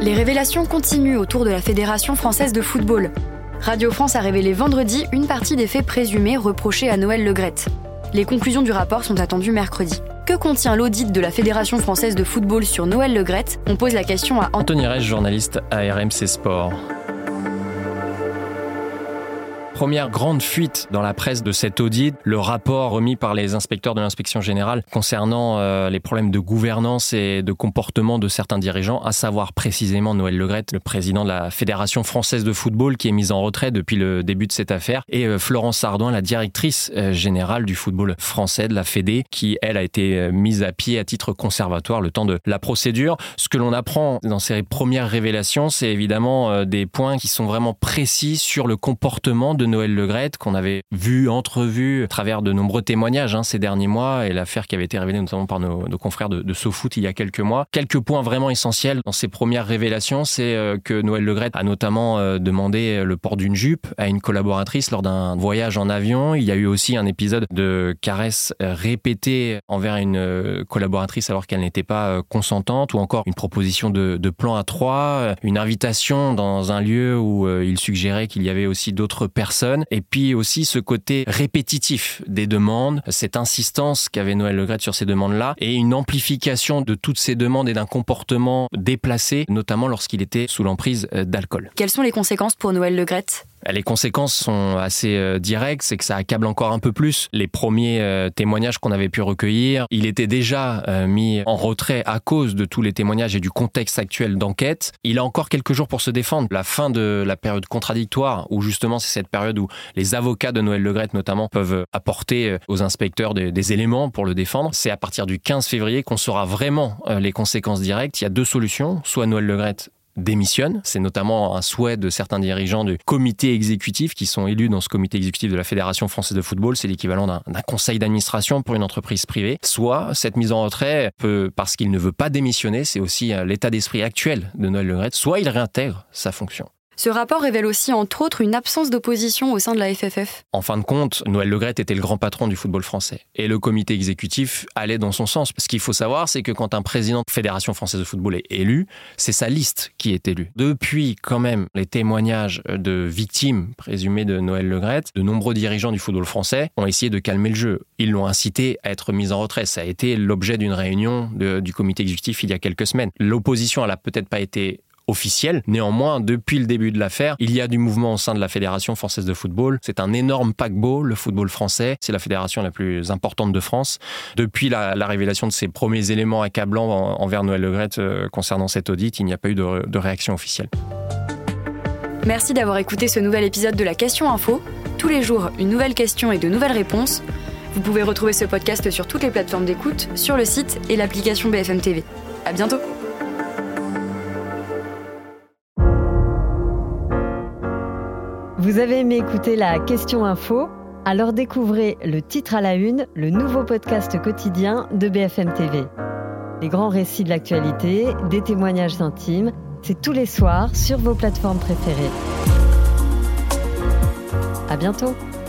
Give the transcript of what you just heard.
Les révélations continuent autour de la Fédération française de football. Radio France a révélé vendredi une partie des faits présumés reprochés à Noël Le Graët. Les conclusions du rapport sont attendues mercredi. Que contient l'audit de la Fédération française de football sur Noël Le Graët ? On pose la question à Anthony Reich, journaliste à RMC Sport. Première grande fuite dans la presse de cet audit, le rapport remis par les inspecteurs de l'inspection générale concernant les problèmes de gouvernance et de comportement de certains dirigeants, à savoir précisément Noël Le Graët, le président de la Fédération française de football qui est mise en retrait depuis le début de cette affaire, et Florence Ardouin, la directrice générale du football français de la Fédé, qui elle a été mise à pied à titre conservatoire le temps de la procédure. Ce que l'on apprend dans ces premières révélations, c'est évidemment des points qui sont vraiment précis sur le comportement de Noël Le Graët, qu'on avait entrevu à travers de nombreux témoignages ces derniers mois, et l'affaire qui avait été révélée notamment par nos confrères de SoFoot il y a quelques mois. Quelques points vraiment essentiels dans ces premières révélations, c'est que Noël Le Graët a notamment demandé le port d'une jupe à une collaboratrice lors d'un voyage en avion. Il y a eu aussi un épisode de caresses répétées envers une collaboratrice alors qu'elle n'était pas consentante, ou encore une proposition de plan à trois, une invitation dans un lieu où il suggérait qu'il y avait aussi d'autres personnes, et puis aussi ce côté répétitif des demandes, cette insistance qu'avait Noël Le Graët sur ces demandes-là, et une amplification de toutes ces demandes et d'un comportement déplacé, notamment lorsqu'il était sous l'emprise d'alcool. Quelles sont les conséquences pour Noël Le Graët ? Les conséquences sont assez directes, c'est que ça accable encore un peu plus les premiers témoignages qu'on avait pu recueillir. Il était déjà mis en retrait à cause de tous les témoignages et du contexte actuel d'enquête. Il a encore quelques jours pour se défendre. La fin de la période contradictoire, où justement c'est cette période où les avocats de Noël Le Graët notamment peuvent apporter aux inspecteurs des éléments pour le défendre. C'est à partir du 15 février qu'on saura vraiment les conséquences directes. Il y a deux solutions, soit Noël Le Graët démissionne. C'est notamment un souhait de certains dirigeants du comité exécutif qui sont élus dans ce comité exécutif de la Fédération française de football. C'est l'équivalent d'un conseil d'administration pour une entreprise privée. Soit cette mise en retrait peut, parce qu'il ne veut pas démissionner, c'est aussi l'état d'esprit actuel de Noël Le Graët, soit il réintègre sa fonction. Ce rapport révèle aussi, entre autres, une absence d'opposition au sein de la FFF. En fin de compte, Noël Le Graët était le grand patron du football français. Et le comité exécutif allait dans son sens. Ce qu'il faut savoir, c'est que quand un président de Fédération française de football est élu, c'est sa liste qui est élue. Depuis, quand même, les témoignages de victimes présumées de Noël Le Graët, de nombreux dirigeants du football français ont essayé de calmer le jeu. Ils l'ont incité à être mis en retrait. Ça a été l'objet d'une réunion du comité exécutif il y a quelques semaines. L'opposition, elle n'a peut-être pas été officielle. Néanmoins, depuis le début de l'affaire, il y a du mouvement au sein de la Fédération française de football. C'est un énorme paquebot, le football français. C'est la fédération la plus importante de France. Depuis la révélation de ces premiers éléments accablants envers Noël Le Graët concernant cet audit, il n'y a pas eu de réaction officielle. Merci d'avoir écouté ce nouvel épisode de la Question Info. Tous les jours, une nouvelle question et de nouvelles réponses. Vous pouvez retrouver ce podcast sur toutes les plateformes d'écoute, sur le site et l'application BFM TV. À bientôt. Vous avez aimé écouter la Question Info ? Alors découvrez le titre à la une, le nouveau podcast quotidien de BFM TV. Les grands récits de l'actualité, des témoignages intimes, c'est tous les soirs sur vos plateformes préférées. À bientôt.